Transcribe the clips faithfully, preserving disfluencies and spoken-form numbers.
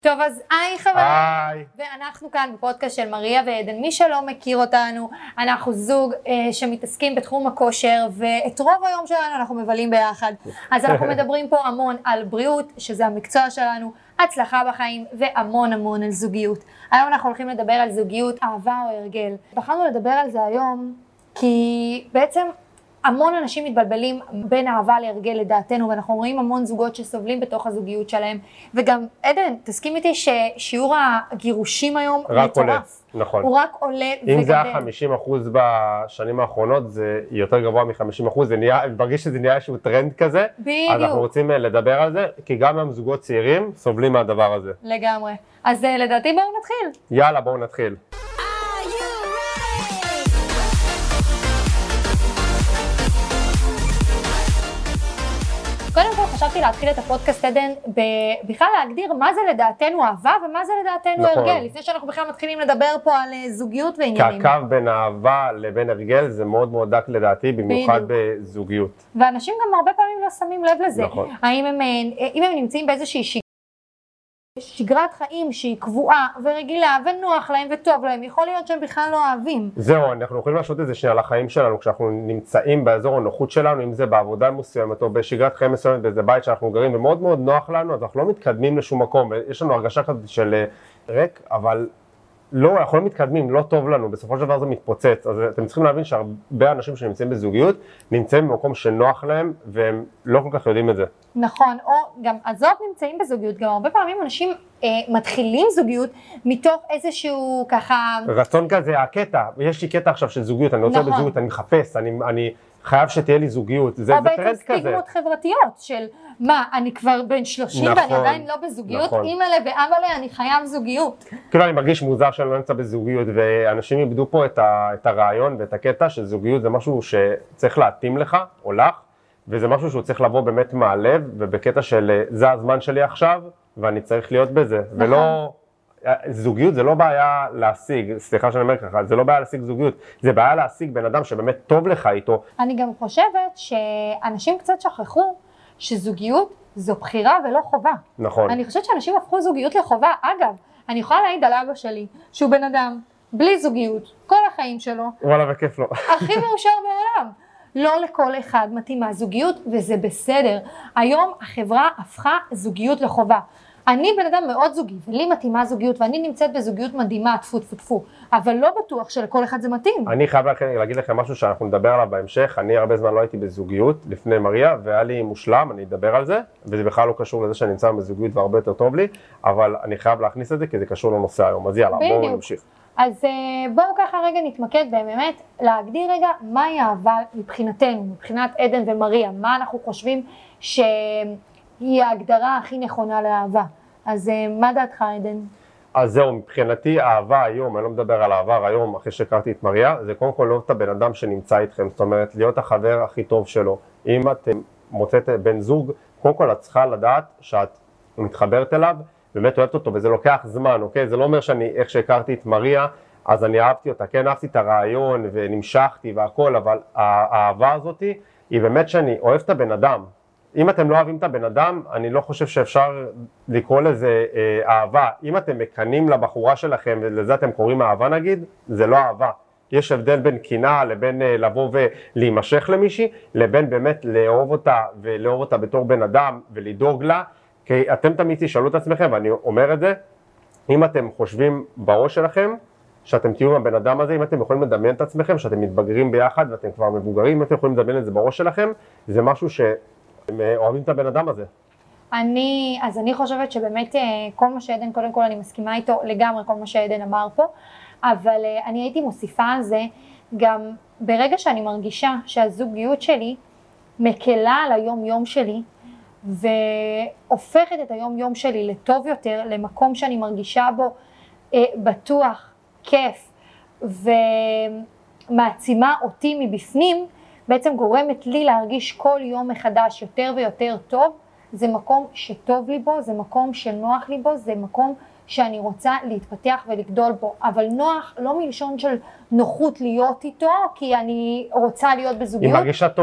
טוב, אז היי חברים, היי. ואנחנו כאן בפודקאסט של מריה ועדן. מי שלא מכיר אותנו, אנחנו זוג אה, שמתעסקים בתחום הכושר, ואת רוב היום שלנו אנחנו מבלים ביחד. אז אנחנו מדברים פה המון על בריאות, שזה המקצוע שלנו, הצלחה בחיים, והמון המון על זוגיות. היום אנחנו הולכים לדבר על זוגיות, אהבה או הרגל. בחרנו לדבר על זה היום, כי בעצם המון אנשים מתבלבלים בין אהבה להרגל לדעתנו, ואנחנו רואים המון זוגות שסובלים בתוך הזוגיות שלהם. וגם, עדן, תסכים איתי ששיעור הגירושים היום רק עולה, מטורף. נכון. הוא רק עולה וגדל. אם זה היה חמישים אחוז בשנים האחרונות, זה יותר גבוה מ-חמישים אחוז, זה נהיה, אני מרגיש שזה נהיה איזשהו טרנד כזה. בדיוק. אז אנחנו רוצים לדבר על זה, כי גם הם זוגות צעירים סובלים מהדבר הזה. לגמרי. אז לדעתי בואו נתחיל. יאללה, בואו נתחיל. קודם כל חשבתי להתחיל את הפודקאסט עדן, בכלל להגדיר מה זה לדעתנו אהבה ומה זה לדעתנו נכון. הרגל, לפני שאנחנו בכלל מתחילים לדבר פה על זוגיות ועניינים. כי הקו בין אהבה לבין הרגל זה מאוד מאוד דק לדעתי, במיוחד בזוגיות. ואנשים גם הרבה פעמים לא שמים לב לזה. נכון. האם הם, אם הם נמצאים באיזושהי שג... שגרת חיים שהיא קבועה ורגילה ונוח להם וטוב להם, יכול להיות שהם בכלל לא אוהבים. זהו, אנחנו יכולים לעשות את זה שנייה לחיים שלנו, כשאנחנו נמצאים באזור הנוחות שלנו, אם זה בעבודה מסוימת או בשגרת חיים מסוימת, באיזה בית שאנחנו גרים, ומאוד מאוד נוח לנו, אז אנחנו לא מתקדמים לשום מקום, יש לנו הרגשה כזאת של ריק, אבל לא, אנחנו לא מתקדמים, לא טוב לנו, בסופו של דבר זה מתפוצץ, אז אתם צריכים להבין שהרבה אנשים שנמצאים בזוגיות, נמצאים במקום שנוח להם, והם לא כל כך יודעים את זה. נכון, או גם עזוב נמצאים בזוגיות, גם הרבה פעמים אנשים אה, מתחילים זוגיות מתוך איזשהו ככה... רצון כזה, הקטע, יש לי קטע עכשיו של זוגיות, אני רוצה נכון. בזוגיות, אני מחפש, אני, אני חייב שתהיה לי זוגיות, זה, או זה טרנד בעצם כזה. סטיגמות חברתיות של מה, אני כבר בן שלושים נכון, ואני עדיין לא בזוגיות, נכון. אימא'לה ואבא'לה, אני חייב זוגיות. כאילו אני מרגיש מוזר שאני לא נמצא בזוגיות, ואנשים איבדו פה את, ה, את הרעיון ואת הקטע שזוגיות זה משהו שצריך להתאים לך או לך, וזה משהו שהוא צריך לבוא באמת מהלב, ובקטע של זה הזמן שלי עכשיו, ואני צריך להיות בזה, נכון. ולא... זוגיות זה לא בעיה להשיג, סליחה שאני אומר ככה, זה לא בעיה להשיג זוגיות, זה בעיה להשיג בן אדם שבאמת טוב לך איתו. אני גם חושבת שאנשים קצת שכחו שזוגיות זו בחירה ולא חובה. נכון. אני חושבת שאנשים הפכו זוגיות לחובה. אגב, אני יכולה להעיד על אבא שלי, שהוא בן אדם בלי זוגיות, כל החיים שלו. וואלה וכיף לו. הכי מאושר בעולם. לא לכל אחד מתאימה זוגיות, וזה בסדר. היום החברה הפכה זוגיות לחובה. אני בן אדם מאוד זוגי, ולי מתאימה זוגיות, ואני נמצאת בזוגיות מדהימה, טפו טפו טפו, אבל לא בטוח שלכל אחד זה מתאים. אני חייב להגיד לכם משהו שאנחנו נדבר עליו בהמשך, אני הרבה זמן לא הייתי בזוגיות לפני מריה, והיה לי מושלם, אני אדבר על זה, וזה בכלל לא קשור לזה שאני נמצא בזוגיות והרבה יותר טוב לי, אבל אני חייב להכניס את זה כי זה קשור לנושא היום, אז יאללה, בואו נמשיך. אז בואו ככה רגע נתמקד באמת, להגדיר רגע מהי אהבה מבחינתנו, מבחינת עדן ומריה, מה אנחנו חושבים שהיא ההגדרה הכי נכונה לאהבה. אז מה דעתך עדן? אז זהו, מבחינתי אהבה היום, אני לא מדבר על העבר היום, אחרי שהכרתי את מריה, זה קודם כל לא את הבן אדם שנמצא איתכם, זאת אומרת, להיות החבר הכי טוב שלו. אם את מוצאת בן זוג, קודם כל את צריכה לדעת שאת מתחברת אליו, באמת אוהבת אותו, וזה לוקח זמן, אוקיי? זה לא אומר שאני, איך שהכרתי את מריה, אז אני אהבתי אותה, כן, אהבתי את הרעיון ונמשכתי והכל, אבל האהבה הזאת היא באמת שאני אוהב את הבן אדם. אם אתם לא אוהבים את הבן אדם, אני לא חושב שאפשר לקרוא לזה אה, אהבה. אם אתם מקנים לבחורה שלכם ולזה אתם קוראים אהבה נגיד, זה לא אהבה. יש הבדל בין קנאה לבין אה, לבוא ולהימשך למישהי, לבין באמת לאהוב אותה ולאהוב אותה בתור בן אדם ולדאוג לה, כי אתם תמיד תשאלו את עצמכם, ואני אומר את זה, אם אתם חושבים בראש שלכם, שאתם תהיו עם הבן אדם הזה, אם אתם יכולים לדמיין את עצמכם, שאתם מתבגרים ביחד ואתם כבר מבוגרים, אם אתם יכולים לדמיין את זה בראש שלכם, זה משהו ש... הם אוהבים את הבן אדם הזה. אני, אז אני חושבת שבאמת כל מה שעדן, קודם כל אני מסכימה איתו לגמרי כל מה שעדן אמר פה, אבל אני הייתי מוסיפה על זה, גם ברגע שאני מרגישה שהזוגיות שלי מקלה על היום יום שלי, והופכת את היום יום שלי לטוב יותר, למקום שאני מרגישה בו אה, בטוח, כיף, ומעצימה אותי מבפנים, בעצם גורמת לי להרגיש כל יום מחדש יותר ויותר טוב, זה מקום שטוב לי בו, זה מקום שנוח לי בו, זה מקום שאני רוצה להתפתח ולגדול בו, אבל נוח לא מלשון של נוחות להיות איתו, כי אני רוצה להיות בזוגיות. היא מרגישה טוב.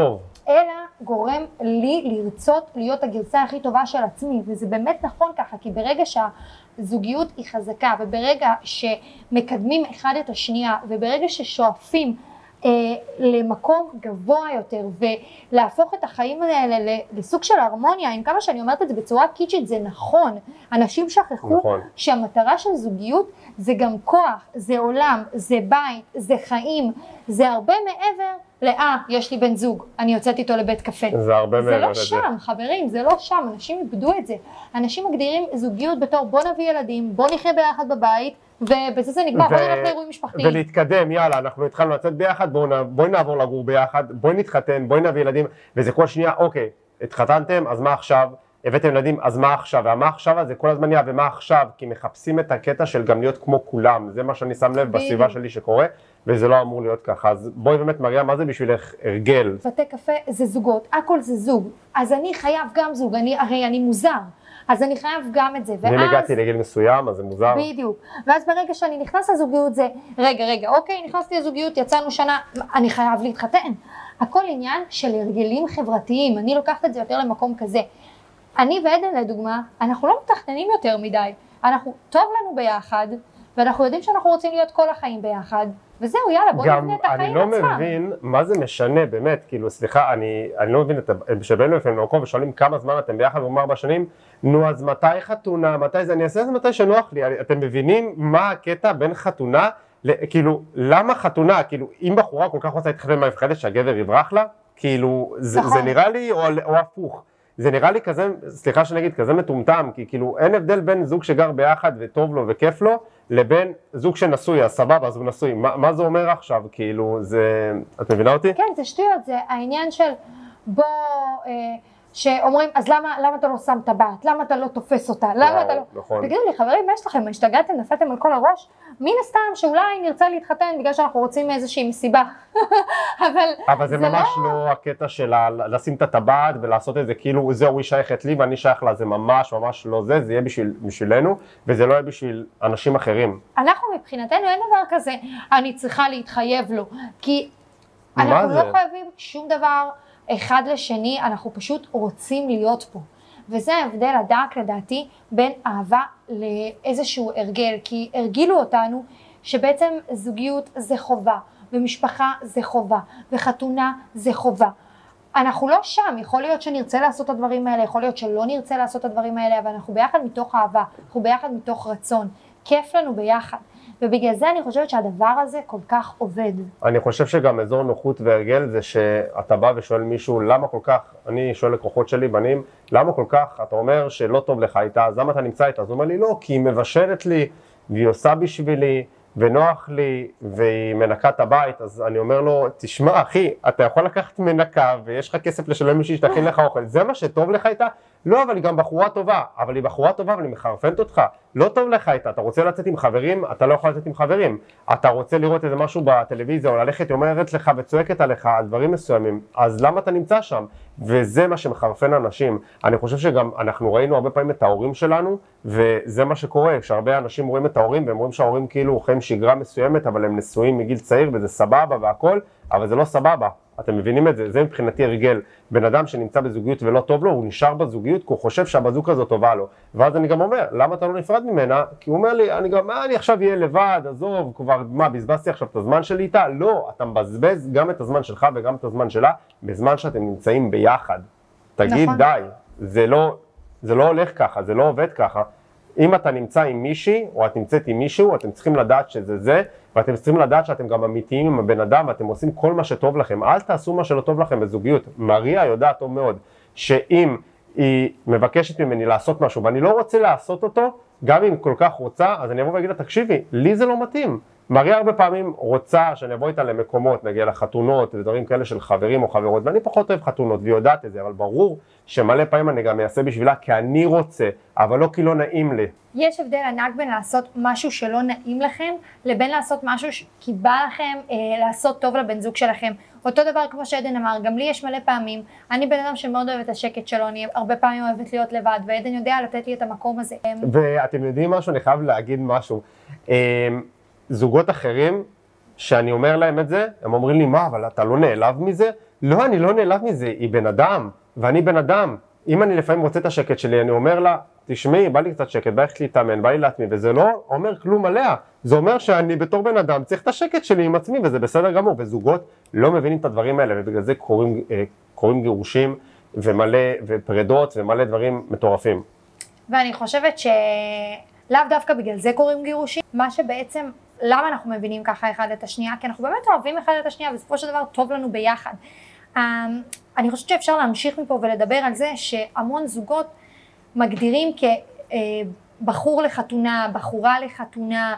אלא גורם לי לרצות להיות הגרסה הכי טובה של עצמי, וזה באמת נכון ככה, כי ברגע שהזוגיות היא חזקה, וברגע שמקדמים אחד את השנייה, וברגע ששואפים אה, למקום גבוה יותר, ולהפוך את החיים האלה לסוג של הרמוניה, עם כמה שאני אומרת את זה בצורה קיצ'ית, זה נכון. אנשים שכחו נכון. שהמטרה של זוגיות זה גם כוח, זה עולם, זה בית, זה חיים, זה הרבה מעבר לאה, יש לי בן זוג, אני יוצאת איתו לבית קפה. זה הרבה מעבר לזה. זה לא שם, חברים, זה לא שם, אנשים איבדו את זה. אנשים מגדירים זוגיות בתור בוא נביא ילדים, בוא נחיה ביחד בבית, ובזה זה נגמר, ו... בוא נלך לאירועים משפחתיים. ולהתקדם, יאללה, אנחנו התחלנו לצאת ביחד, בואי בוא נעבור לגור ביחד, בואי נתחתן, בואי נביא ילדים, וזה כל שנייה, אוקיי, התחתנתם, אז מה עכשיו? הבאתם ילדים, אז מה עכשיו? והמה עכשיו הזה כל הזמן נהיה, ומה עכשיו? כי מחפשים את הקטע של גם להיות כמו כולם, זה מה שאני שם לב בסביבה שלי שקורה, וזה לא אמור להיות ככה. אז בואי באמת מריה, מה זה בשבילך הרגל? בתי קפה זה זוגות, הכל זה זוג, אז אני חייב גם זוג, אני, הרי אני מוזר, אז אני חייב גם את זה, ואז... אם הגעתי לגיל מסוים, אז זה מוזר. בדיוק, ואז ברגע שאני נכנס לזוגיות זה, רגע, רגע, אוקיי, נכנסתי לזוגיות, יצאנו שנה, אני חייב להתחתן. הכל עניין של הרגלים חברתיים, אני לוקחת את זה יותר למקום כזה. אני ועדן לדוגמה, אנחנו לא מתכננים יותר מדי, אנחנו טוב לנו ביחד, ואנחנו יודעים שאנחנו רוצים להיות כל החיים ביחד, וזהו, יאללה, בוא נבנה את החיים עצמם. אני לא מבין מה זה משנה, באמת, כאילו, סליחה, אני, אני לא מבין, שבאנו לפעמים למקום ושואלים כמה זמן אתם ביחד, ואומר ארבע שנים, נו, אז מתי חתונה, מתי זה, אני אעשה את זה מתי שנוח לי, אתם מבינים מה הקטע בין חתונה, כאילו, למה חתונה, כאילו, אם בחורה כל כך רוצה להתחתן, מה מפחדת שהגבר יברח לה? כאילו, זה, זה נראה לי, או, או הפוך. זה נראה לי כזה, סליחה שנגיד, כזה מטומטם, כי כאילו אין הבדל בין זוג שגר ביחד וטוב לו וכיף לו, לבין זוג שנשוי, אז סבבה, אז הוא נשוי. מה, מה זה אומר עכשיו? כאילו, זה... את מבינה אותי? כן, זה שטויות, זה העניין של בוא... אה... שאומרים, אז למה, למה אתה לא שם טבעת? למה אתה לא תופס אותה? למה אתה לא... נכון. תגידו לי, חברים, מה יש לכם? השתגעתם, נפלתם על כל הראש? מן הסתם שאולי נרצה להתחתן בגלל שאנחנו רוצים איזושהי מסיבה. אבל... אבל זה, זה ממש לא... לא הקטע של לשים את הטבעת ולעשות את זה כאילו, זהו, היא שייכת לי ואני שייך לה, זה ממש ממש לא זה, זה יהיה בשביל, בשבילנו, וזה לא יהיה בשביל אנשים אחרים. אנחנו מבחינתנו אין דבר כזה, אני צריכה להתחייב לו, כי אנחנו לא חייבים שום דבר אחד לשני, אנחנו פשוט רוצים להיות פה. וזה ההבדל הדק לדעתי בין אהבה לאיזשהו הרגל, כי הרגילו אותנו שבעצם זוגיות זה חובה, ומשפחה זה חובה, וחתונה זה חובה. אנחנו לא שם, יכול להיות שנרצה לעשות את הדברים האלה, יכול להיות שלא נרצה לעשות את הדברים האלה, אבל אנחנו ביחד מתוך אהבה, אנחנו ביחד מתוך רצון, כיף לנו ביחד. ובגלל זה אני חושבת שהדבר הזה כל כך עובד. אני חושב שגם אזור נוחות והרגל זה שאתה בא ושואל מישהו למה כל כך, אני שואל לקוחות שלי, בנים, למה כל כך, אתה אומר שלא טוב לך איתה, אז למה אתה נמצא איתה? אז הוא אומר לי לא, כי היא מבשלת לי והיא עושה בשבילי ונוח לי והיא מנקה את הבית, אז אני אומר לו, תשמע אחי, אתה יכול לקחת מנקה ויש לך כסף לשלם מישהי שתכין לך אוכל, זה מה שטוב לך איתה? לא, אבל היא גם בחורה טובה, אבל היא בחורה טובה אבל היא מחרפנת אותך, לא טוב לך איתה, אתה רוצה לצאת עם חברים, אתה לא יכול לצאת עם חברים, אתה רוצה לראות איזה משהו בטלוויזיה או ללכת, היא אומרת לך וצועקת עליך על דברים מסוימים, אז למה אתה נמצא שם? וזה מה שמחרפן אנשים. אני חושב שגם אנחנו ראינו הרבה פעמים את ההורים שלנו, וזה מה שקורה, שהרבה אנשים רואים את ההורים והם רואים שההורים כאילו חיים שגרה מסוימת, אבל הם נשואים מגיל צעיר וזה סבבה והכל, אבל זה לא סבבה. אתם מבינים את זה? זה מבחינתי הרגל. בן אדם שנמצא בזוגיות ולא טוב לו, הוא נשאר בזוגיות כי הוא חושב שהבזוק הזו טובה לו. ואז אני גם אומר, למה אתה לא נפרד ממנה? כי הוא אומר לי, אני גם, מה, אני עכשיו אהיה לבד, עזוב, כבר, מה, בזבזתי עכשיו את הזמן שלי איתה? לא, אתה מבזבז גם את הזמן שלך וגם את הזמן שלה, בזמן שאתם נמצאים ביחד. תגיד, נכון. די, זה לא, זה לא הולך ככה, זה לא עובד ככה. אם אתה נמצא עם מישהי, או את נמצאת עם מישהו, אתם צריכים לדעת שזה זה, ואתם צריכים לדעת שאתם גם אמיתיים עם הבן אדם, ואתם עושים כל מה שטוב לכם. אל תעשו מה שלא טוב לכם בזוגיות. מריה יודעת טוב מאוד, שאם היא מבקשת ממני לעשות משהו, ואני לא רוצה לעשות אותו, גם אם כל כך רוצה, אז אני אבוא ואגיד לה, תקשיבי, לי זה לא מתאים. מריה הרבה פעמים רוצה שאני אבוא איתה למקומות, נגיע לחתונות ודברים כאלה של חברים או חברות, ואני פחות אוהב חתונות והיא יודעת את זה, אבל ברור שמלא פעמים אני גם אעשה בשבילה כי אני רוצה, אבל לא כי לא נעים לי. יש הבדל ענק בין לעשות משהו שלא נעים לכם, לבין לעשות משהו כי בא לכם אה, לעשות טוב לבן זוג שלכם. אותו דבר כמו שעדן אמר, גם לי יש מלא פעמים, אני בן אדם שמאוד אוהב את השקט שלו, אני הרבה פעמים אוהבת להיות לבד, ועדן יודע לתת לי את המקום הזה. ואתם יודעים משהו, אני חייב להגיד משהו. זוגות אחרים שאני אומר להם את זה, הם אומרים לי, מה, אבל אתה לא נעלב מזה? לא, אני לא נעלב מזה, היא בן אדם, ואני בן אדם. אם אני לפעמים רוצה את השקט שלי, אני אומר לה, תשמעי, בא לי קצת שקט, בא לי להתאמן, בא לי להתמי, וזה לא אומר כלום עליה. זה אומר שאני בתור בן אדם צריך את השקט שלי עם עצמי, וזה בסדר גמור, וזוגות לא מבינים את הדברים האלה, ובגלל זה קוראים, קוראים גירושים, ומלא, ופרדות, ומלא דברים מטורפים. ואני חושבת שלאו דווקא בגלל זה קוראים גירושים, מה שבעצם, למה אנחנו מבינים ככה אחד את השנייה? כי אנחנו באמת אוהבים אחד את השנייה, בסופו של דבר טוב לנו ביחד. אני חושבת שאפשר להמשיך מפה ולדבר על זה שהמון זוגות מגדירים כבחור לחתונה, בחורה לחתונה,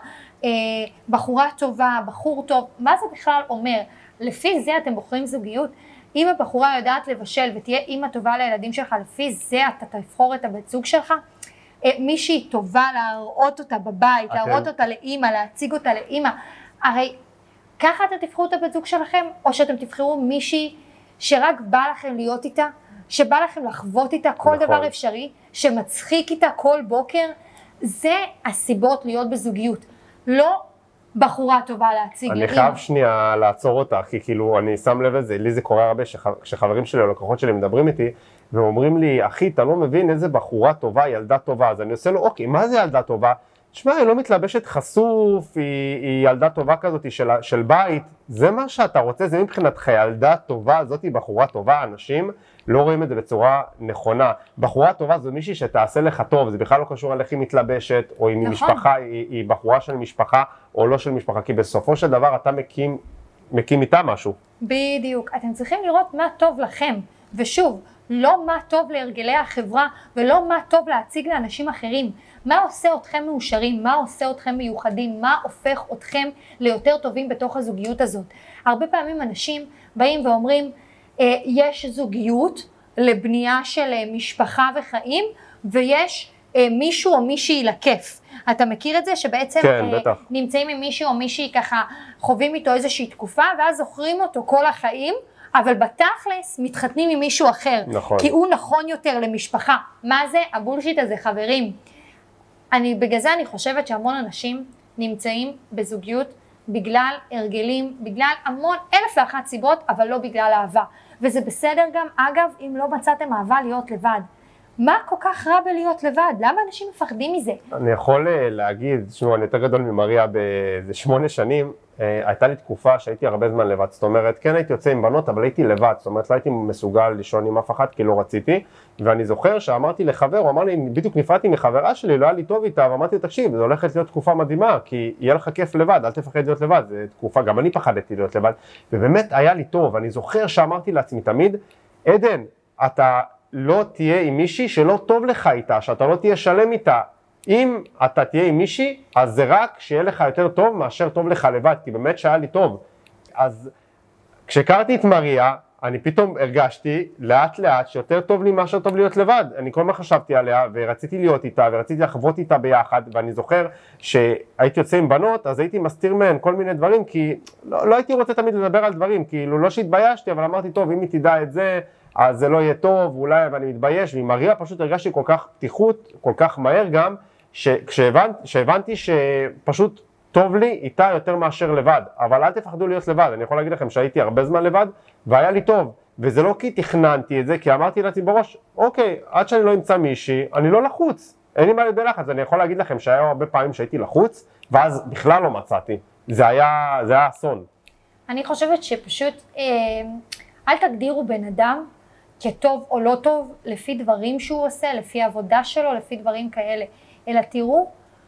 בחורה טובה, בחור טוב. מה זה בכלל אומר? לפי זה אתם בוחרים זוגיות? אם הבחורה יודעת לבשל ותהיה אימא טובה לילדים שלך, לפי זה אתה תבחור את הבת זוג שלך? מישהי טובה להראות אותה בבית, להראות אותה לאימא, להציג אותה לאימא. הרי ככה אתם תבחרו את הבת זוג שלכם, או שאתם תבחרו מישהי שרק בא לכם להיות איתה, שבא לכם לחוות איתה כל נכון. דבר אפשרי, שמצחיק איתה כל בוקר. זה הסיבות להיות בזוגיות. לא בחורה טובה להציג. אני חייב שנייה לעצור אותך, כי כאילו אני שם לב לזה, לי זה קורה הרבה כשחברים שלי או לקוחות שלי מדברים איתי, ואומרים לי, אחי, אתה לא מבין איזה בחורה טובה, ילדה טובה, אז אני עושה לו, אוקיי, מה זה ילדה טובה? תשמע, היא לא מתלבשת חשוף, היא, היא ילדה טובה כזאת של, של בית, זה מה שאתה רוצה, זה מבחינתך, ילדה טובה, זאת היא בחורה טובה, אנשים לא רואים את זה בצורה נכונה. בחורה טובה זו מישהי שתעשה לך טוב, זה בכלל לא קשור על איך היא מתלבשת, או אם נכון. היא משפחה, היא, היא בחורה של משפחה, או לא של משפחה, כי בסופו של דבר אתה מקים, מקים איתה משהו. בדיוק, אתם צריכים לראות מה טוב לכם, ושוב, לא מה טוב להרגלי החברה, ולא מה טוב להציג לאנשים אחרים. מה עושה אתכם מאושרים, מה עושה אתכם מיוחדים, מה הופך אתכם ליותר טובים בתוך הזוגיות הזאת. הרבה פעמים אנשים באים ואומרים, יש זוגיות לבנייה של משפחה וחיים, ויש מישהו או מישהי לכיף. אתה מכיר את זה שבעצם כן, נמצאים עם מישהו או מישהי ככה, חווים איתו איזושהי תקופה, ואז זוכרים אותו כל החיים, אבל בתכלס מתחתנים עם מישהו אחר, נכון. כי הוא נכון יותר למשפחה. מה זה? הבולשיט הזה, חברים. אני, בגלל זה אני חושבת שהמון אנשים נמצאים בזוגיות בגלל הרגלים, בגלל המון אלף ואחת סיבות, אבל לא בגלל אהבה. וזה בסדר גם, אגב, אם לא מצאתם אהבה להיות לבד. מה כל כך רע בלהיות לבד? למה אנשים מפחדים מזה? אני יכול להגיד, תשמעו, אני יותר גדול ממריה באיזה שמונה שנים, הייתה לי תקופה שהייתי הרבה זמן לבד, זאת אומרת, כן הייתי יוצא עם בנות, אבל הייתי לבד, זאת אומרת, לא הייתי מסוגל לישון עם אף אחת, כי לא רציתי, ואני זוכר שאמרתי לחבר, הוא אמר לי, בדיוק נפרדתי מחברה שלי, לא היה לי טוב איתה, ואמרתי, תקשיב, זו הולכת להיות תקופה מדהימה, כי יהיה לך כיף לבד, אל תפחד להיות לבד, זו תקופה, גם אני פחדתי להיות לבד, ובאמת היה לי טוב, אני זוכר שאמרתי לעצמי תמיד, עדן, אתה לא תהיה עם מישהי שלא טוב לך איתה, שאתה לא תהיה שלם איתה. אם אתה תהיה עם מישהי, אז זה רק שיהיה לך יותר טוב מאשר טוב לך לבד, כי באמת שהיה לי טוב. אז כשהכרתי את מריה, אני פתאום הרגשתי לאט לאט שיותר טוב לי מאשר טוב להיות לבד. אני כל מה חשבתי עליה ורציתי להיות איתה ורציתי לחוות איתה ביחד, ואני זוכר שהייתי יוצא עם בנות, אז הייתי מסתיר מהן כל מיני דברים, כי לא, לא הייתי רוצה תמיד לדבר על דברים, כאילו לא שהתביישתי, אבל אמרתי טוב, אם היא תדע את זה, אז זה לא יהיה טוב, אולי ואני מתבייש, ועם מריה פשוט הרגשתי כל כך פתיחות, כל כך מהר גם, שכשהבנ, שהבנתי שפשוט טוב לי איתה יותר מאשר לבד, אבל אל תפחדו להיות לבד, אני יכול להגיד לכם שהייתי הרבה זמן לבד, והיה לי טוב, וזה לא כי תכננתי את זה, כי אמרתי לעצמי בראש, אוקיי, עד שאני לא אמצא מישהי, אני לא לחוץ, אין לי מה להיות בלחץ, אני יכול להגיד לכם שהיו הרבה פעמים שהייתי לחוץ, ואז בכלל לא מצאתי, זה היה, זה היה אסון. אני חושבת שפשוט, אה, אל תגדירו בן אדם, כטוב או לא טוב, לפי דברים שהוא עושה, לפי העבודה שלו, לפי דברים כאלה, אלא תראו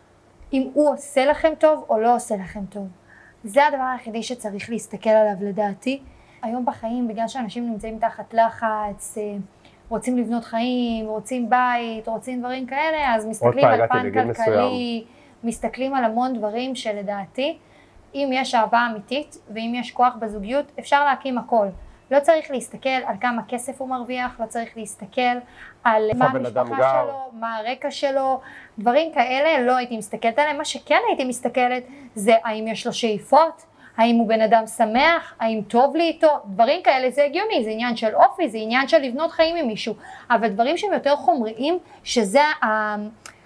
אם הוא עושה לכם טוב או לא עושה לכם טוב. זה הדבר היחידי שצריך להסתכל עליו לדעתי. היום בחיים, בגלל שאנשים נמצאים תחת לחץ, רוצים לבנות חיים, רוצים בית, רוצים דברים כאלה, אז מסתכלים על פן כלכלי, מסתכלים על המון דברים שלדעתי, אם יש אהבה אמיתית ואם יש כוח בזוגיות, אפשר להקים הכל. לא צריך להסתכל על כמה כסף הוא מרוויח, לא צריך להסתכל על מה המשפחה שלו, מה הרקע שלו, דברים כאלה לא הייתי מסתכלת עליהם. מה שכן הייתי מסתכלת זה האם יש לו שאיפות, האם הוא בן אדם שמח, האם טוב לי איתו, דברים כאלה זה הגיוני, זה עניין של אופי, זה עניין של לבנות חיים עם מישהו, אבל דברים שהם יותר חומריים, שזה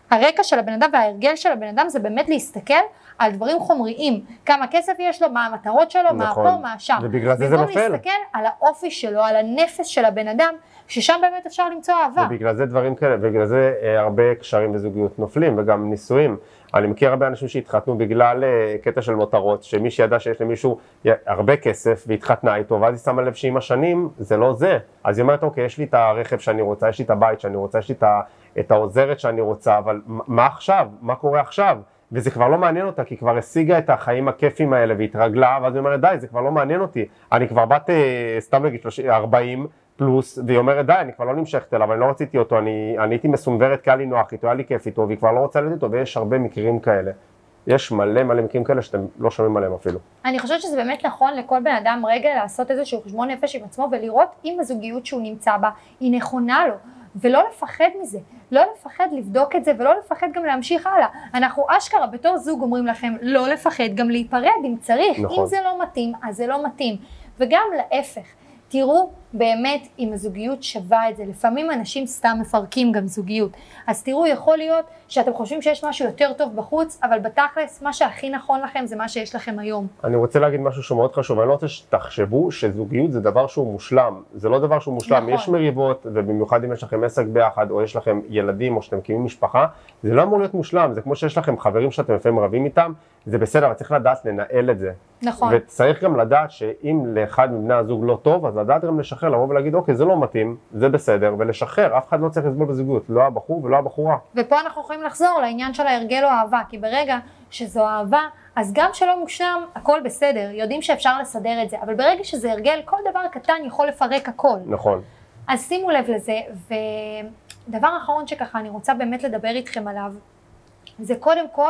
הרקע של הבן אדם וההרגל של הבן אדם זה באמת להסתכל על דברים חומריים, כמה כסף יש לו, מה המטרות שלו, נכון. מה פה, מה שם. ובגלל זה זה נופל. במקום להסתכל על האופי שלו, על הנפש של הבן אדם, ששם באמת אפשר למצוא אהבה. ובגלל זה דברים כאלה, ובגלל זה אה, הרבה קשרים וזוגיות נופלים, וגם נישואים. אני מכיר הרבה אנשים שהתחתנו בגלל אה, קטע של מותרות, שמי שידע שיש למישהו הרבה כסף והתחתנה איתו, ואז היא שמה לב שעם השנים זה לא זה. אז היא אומרת, אוקיי, יש לי את הרכב שאני רוצה, יש לי את הבית שאני רוצה, יש לי את, ה, את העוזרת שאני רוצה, אבל מה עכשיו? מה קורה עכשיו? וזה כבר לא מעניין אותה, כי היא כבר השיגה את החיים הכיפים האלה והתרגלה, ואז היא אומרת, די, זה כבר לא מעניין אותי. אני כבר בת, אה, סתם נגיד, ארבעים, פלוס, והיא אומרת, די, אני כבר לא נמשכת אליו, אני לא רציתי אותו, אני, אני הייתי מסונברת כי היה לי נוח איתו, היה לי כיף איתו, והיא כבר לא רוצה לדעת איתו, ויש הרבה מקרים כאלה. יש מלא מלא מקרים כאלה שאתם לא שומעים עליהם אפילו. אני חושבת שזה באמת נכון לכל בן אדם רגע לעשות איזשהו חשבון נפש עם עצמו, ולראות אם הזוגיות שהוא נמצא בה היא נכונה לו, ולא לפחד מזה, לא לפחד לבדוק את זה, ולא לפחד גם להמשיך הלאה. אנחנו אשכרה בתור זוג אומרים לכם, לא לפחד גם להיפרד אם צריך, נכון. אם זה לא מתאים, אז זה לא מתאים. וגם להפך. תראו באמת אם הזוגיות שווה את זה, לפעמים אנשים סתם מפרקים גם זוגיות, אז תראו, יכול להיות שאתם חושבים שיש משהו יותר טוב בחוץ, אבל בתכלס מה שהכי נכון לכם זה מה שיש לכם היום. אני רוצה להגיד משהו שהוא מאוד חשוב, אני לא רוצה שתחשבו שזוגיות זה דבר שהוא מושלם, זה לא דבר שהוא מושלם, נכון. יש מריבות, ובמיוחד אם יש לכם עסק ביחד, או יש לכם ילדים, או שאתם מקימים משפחה, זה לא אמור להיות מושלם, זה כמו שיש לכם חברים שאתם לפעמים רבים איתם, זה בסדר, אבל צריך לדעת לנהל את זה. נכון. וצריך גם לדעת שאם לאחד מבני הזוג לא טוב, אז לדעת גם לשחרר, לבוא ולהגיד, אוקיי, זה לא מתאים, זה בסדר, ולשחרר, אף אחד לא צריך לסבול בזוגיות, לא הבחור ולא הבחורה. ופה אנחנו יכולים לחזור לעניין של ההרגל או אהבה, כי ברגע שזו אהבה, אז גם שלא מושלם, הכל בסדר, יודעים שאפשר לסדר את זה, אבל ברגע שזה הרגל, כל דבר קטן יכול לפרק הכל. נכון. אז שימו לב לזה, ודבר אחרון שככה אני רוצה באמת לדבר איתכם עליו, זה קודם כל,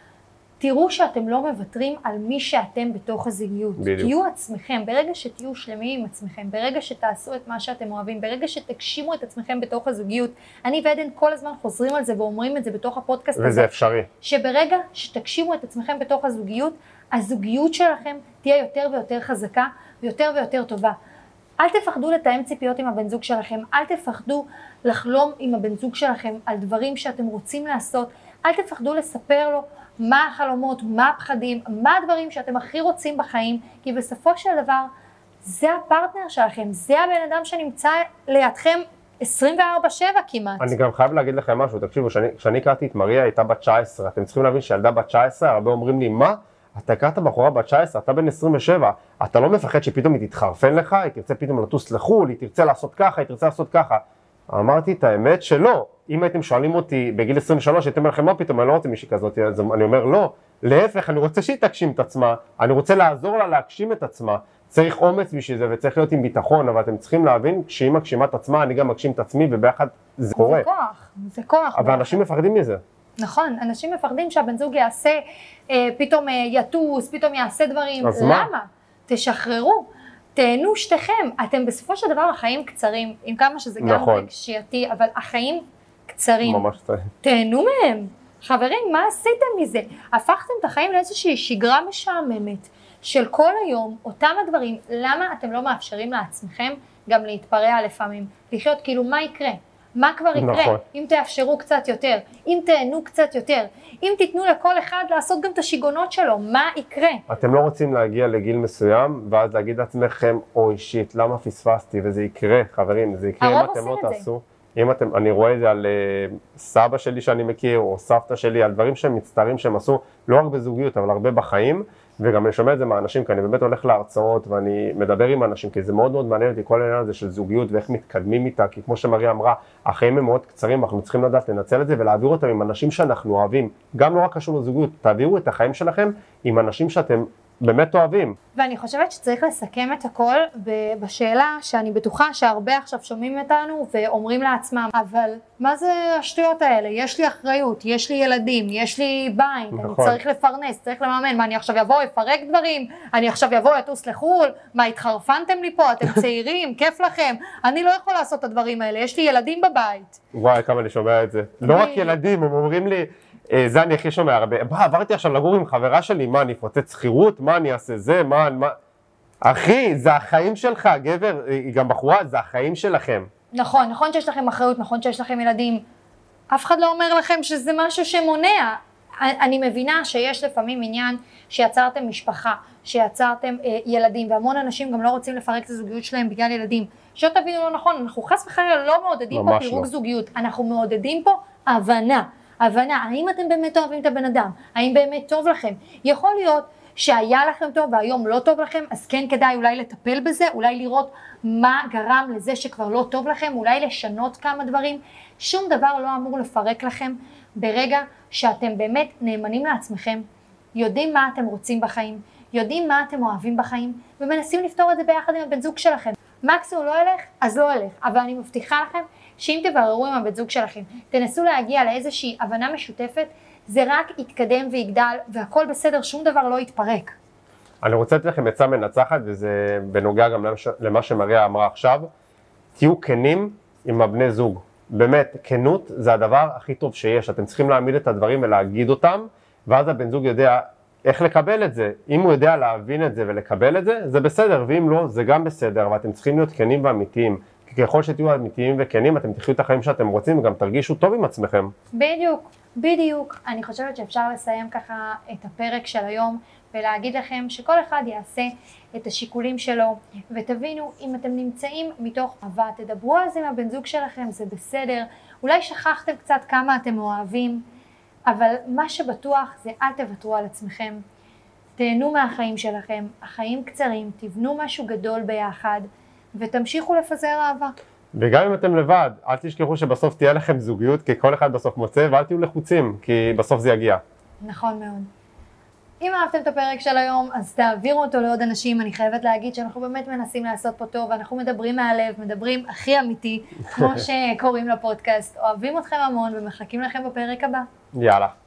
תראו שאתם לא מוותרים על מי שאתם בתוך הזוגיות. בדיוק. תהיו עצמכם, ברגע שתהיו שלמים עם עצמכם, ברגע שתעשו את מה שאתם אוהבים, ברגע שתגשימו את עצמכם בתוך הזוגיות, אני ועדן כל הזמן חוזרים על זה ואומרים את זה בתוך הפודקאסט הזה. וזה אפשרי. שברגע שתגשימו את עצמכם בתוך הזוגיות, הזוגיות שלכם תהיה יותר ויותר חזקה ויותר ויותר טובה. אל תפחדו לתאם ציפיות עם הבן זוג שלכם, אל תפחדו לחלום עם הבן זוג שלכם על דברים שאתם רוצים לעשות, אל תפחדו לספר לו מה החלומות, מה הפחדים, מה הדברים שאתם הכי רוצים בחיים, כי בסופו של דבר זה הפרטנר שלכם, זה הבן אדם שנמצא לידכם עשרים וארבע שבע כמעט. אני גם חייב להגיד לכם משהו, תקשיבו, כשאני הכרתי את מריה, הייתה בת תשע עשרה, אתם צריכים להבין שילדה בת תשע עשרה, הרבה אומרים לי, מה? אתה הכרת בחורה בת תשע עשרה, אתה בן עשרים ושבע, אתה לא מפחד שפתאום היא תתחרפן לך, היא תרצה פתאום לטוס לחו"ל, היא תרצה לעשות ככה, היא תרצה לעשות ככה. אמרתי את האמת שלא. אם הייתם שואלים אותי בגיל עשרים ושלוש, הייתם לכם מה פתאום, אני לא רוצה מישהי כזאת, אז אני אומר לא, להפך, אני רוצה שהיא תגשים את עצמה, אני רוצה לעזור לה להגשים את עצמה, צריך אומץ בשביל זה וצריך להיות עם ביטחון, אבל אתם צריכים להבין שהיא מגשימה את עצמה, אני גם מגשים את עצמי וביחד זה קורה. זה כוח, זה כוח. אבל אנשים מפחדים מזה. נכון, אנשים מפחדים שהבן זוג יעשה, אה, פתאום אה, יטוס, פתאום יעשה דברים, אז למה? מה? תשחררו. תהנו שתיכם, אתם בסופו של דבר החיים קצרים, עם כמה שזה גם נכון. רגשייתי, אבל החיים קצרים. ממש קצרים. תהנו מהם. חברים, מה עשיתם מזה? הפכתם את החיים לאיזושהי שגרה משעממת של כל היום, אותם הדברים, למה אתם לא מאפשרים לעצמכם גם להתפרע לפעמים? לחיות כאילו מה יקרה? מה כבר יקרה? נכון. אם תאפשרו קצת יותר, אם תהנו קצת יותר, אם תיתנו לכל אחד לעשות גם את השיגונות שלו, מה יקרה? אתם לא רוצים להגיע לגיל מסוים, ואז להגיד לעצמכם, אוי שיט, למה פספסתי? וזה יקרה, חברים, זה יקרה אם אתם לא תעשו. אם אתם, אני רואה את זה על uh, סבא שלי שאני מכיר, או סבתא שלי, על דברים שהם מצטערים שהם עשו, לא רק בזוגיות, אבל הרבה בחיים, וגם אני שומע את זה מהאנשים, כי אני באמת הולך להרצאות, ואני מדבר עם אנשים, כי זה מאוד מאוד מעניין אותי, כל העניין הזה של זוגיות, ואיך מתקדמים איתה, כי כמו שמריה אמרה, החיים הם מאוד קצרים, אנחנו צריכים לדעת לנצל את זה, ולהעביר אותם עם אנשים שאנחנו אוהבים, גם לא רק קשור לזוגיות, תעבירו את החיים שלכם עם אנשים שאתם באמת אוהבים. ואני חושבת שצריך לסכם את הכל בשאלה שאני בטוחה שהרבה עכשיו שומעים אותנו ואומרים לעצמם, אבל מה זה השטויות האלה? יש לי אחריות, יש לי ילדים, יש לי בית, נכון. אני צריך לפרנס, צריך לממן, מה אני עכשיו יבוא, יפרק דברים, אני עכשיו יבוא, יטוס לחו"ל, מה התחרפנתם לי פה, אתם צעירים, כיף לכם, אני לא יכול לעשות את הדברים האלה, יש לי ילדים בבית. וואי, כמה אני שומע את זה. לא רק ילדים, הם אומרים לי, זה אני הכי שומע הרבה, בא, עברתי עכשיו לגור עם חברה שלי, מה, אני אפוצץ שכירות, מה אני אעשה זה, מה, מה... אחי, זה החיים שלך, גבר, היא גם בחורה, זה החיים שלכם. נכון, נכון שיש לכם אחריות, נכון שיש לכם ילדים, אף אחד לא אומר לכם שזה משהו שמונע. אני מבינה שיש לפעמים עניין שיצרתם משפחה, שיצרתם אה, ילדים, והמון אנשים גם לא רוצים לפרק את הזוגיות שלהם בגלל ילדים. שלא תבינו לא נכון, אנחנו חס וחלילה לא מעודדים פה פירוק לא. זוגיות, אנחנו מעודדים פה הבנה. הבנה, האם אתם באמת אוהבים את הבן אדם? האם באמת טוב לכם? יכול להיות שהיה לכם טוב והיום לא טוב לכם, אז כן כדאי אולי לטפל בזה, אולי לראות מה גרם לזה שכבר לא טוב לכם, אולי לשנות כמה דברים. שום דבר לא אמור לפרק לכם ברגע שאתם באמת נאמנים לעצמכם, יודעים מה אתם רוצים בחיים, יודעים מה אתם אוהבים בחיים, ומנסים לפתור את זה ביחד עם הבן זוג שלכם. מקסימום לא ילך, אז לא ילך, אבל אני מבטיחה לכם שאם תבררו עם הבן זוג שלכם, תנסו להגיע לאיזושהי הבנה משותפת, זה רק יתקדם ויגדל, והכל בסדר, שום דבר לא יתפרק. אני רוצה לתת לכם עצה מנצחת, וזה בנוגע גם למה שמריה אמרה עכשיו, תהיו כנים עם הבני זוג. באמת, כנות זה הדבר הכי טוב שיש, אתם צריכים להעמיד את הדברים ולהגיד אותם, ואז הבן זוג יודע איך לקבל את זה. אם הוא יודע להבין את זה ולקבל את זה, זה בסדר, ואם לא, זה גם בסדר, אבל אתם צריכים להיות כנים ואמיתיים. כי ככל שתהיו אמיתיים וכנים, אתם תחיו את החיים שאתם רוצים, וגם תרגישו טוב עם עצמכם. בדיוק, בדיוק. אני חושבת שאפשר לסיים ככה את הפרק של היום, ולהגיד לכם שכל אחד יעשה את השיקולים שלו, ותבינו אם אתם נמצאים מתוך אהבה, תדברו על זה עם הבן זוג שלכם, זה בסדר. אולי שכחתם קצת כמה אתם אוהבים, אבל מה שבטוח זה אל תוותרו על עצמכם. תהנו מהחיים שלכם, החיים קצרים, תבנו משהו גדול ביחד, ותמשיכו לפזר אהבה. וגם אם אתם לבד, אל תשכחו שבסוף תהיה לכם זוגיות, כי כל אחד בסוף מוצא, ואל תהיו לחוצים, כי בסוף זה יגיע. נכון מאוד. אם אהבתם את הפרק של היום, אז תעבירו אותו לעוד אנשים. אני חייבת להגיד שאנחנו באמת מנסים לעשות פה טוב, ואנחנו מדברים מהלב, מדברים הכי אמיתי, כמו שקוראים לפודקאסט. אוהבים אתכם המון ומחכים לכם בפרק הבא. יאללה.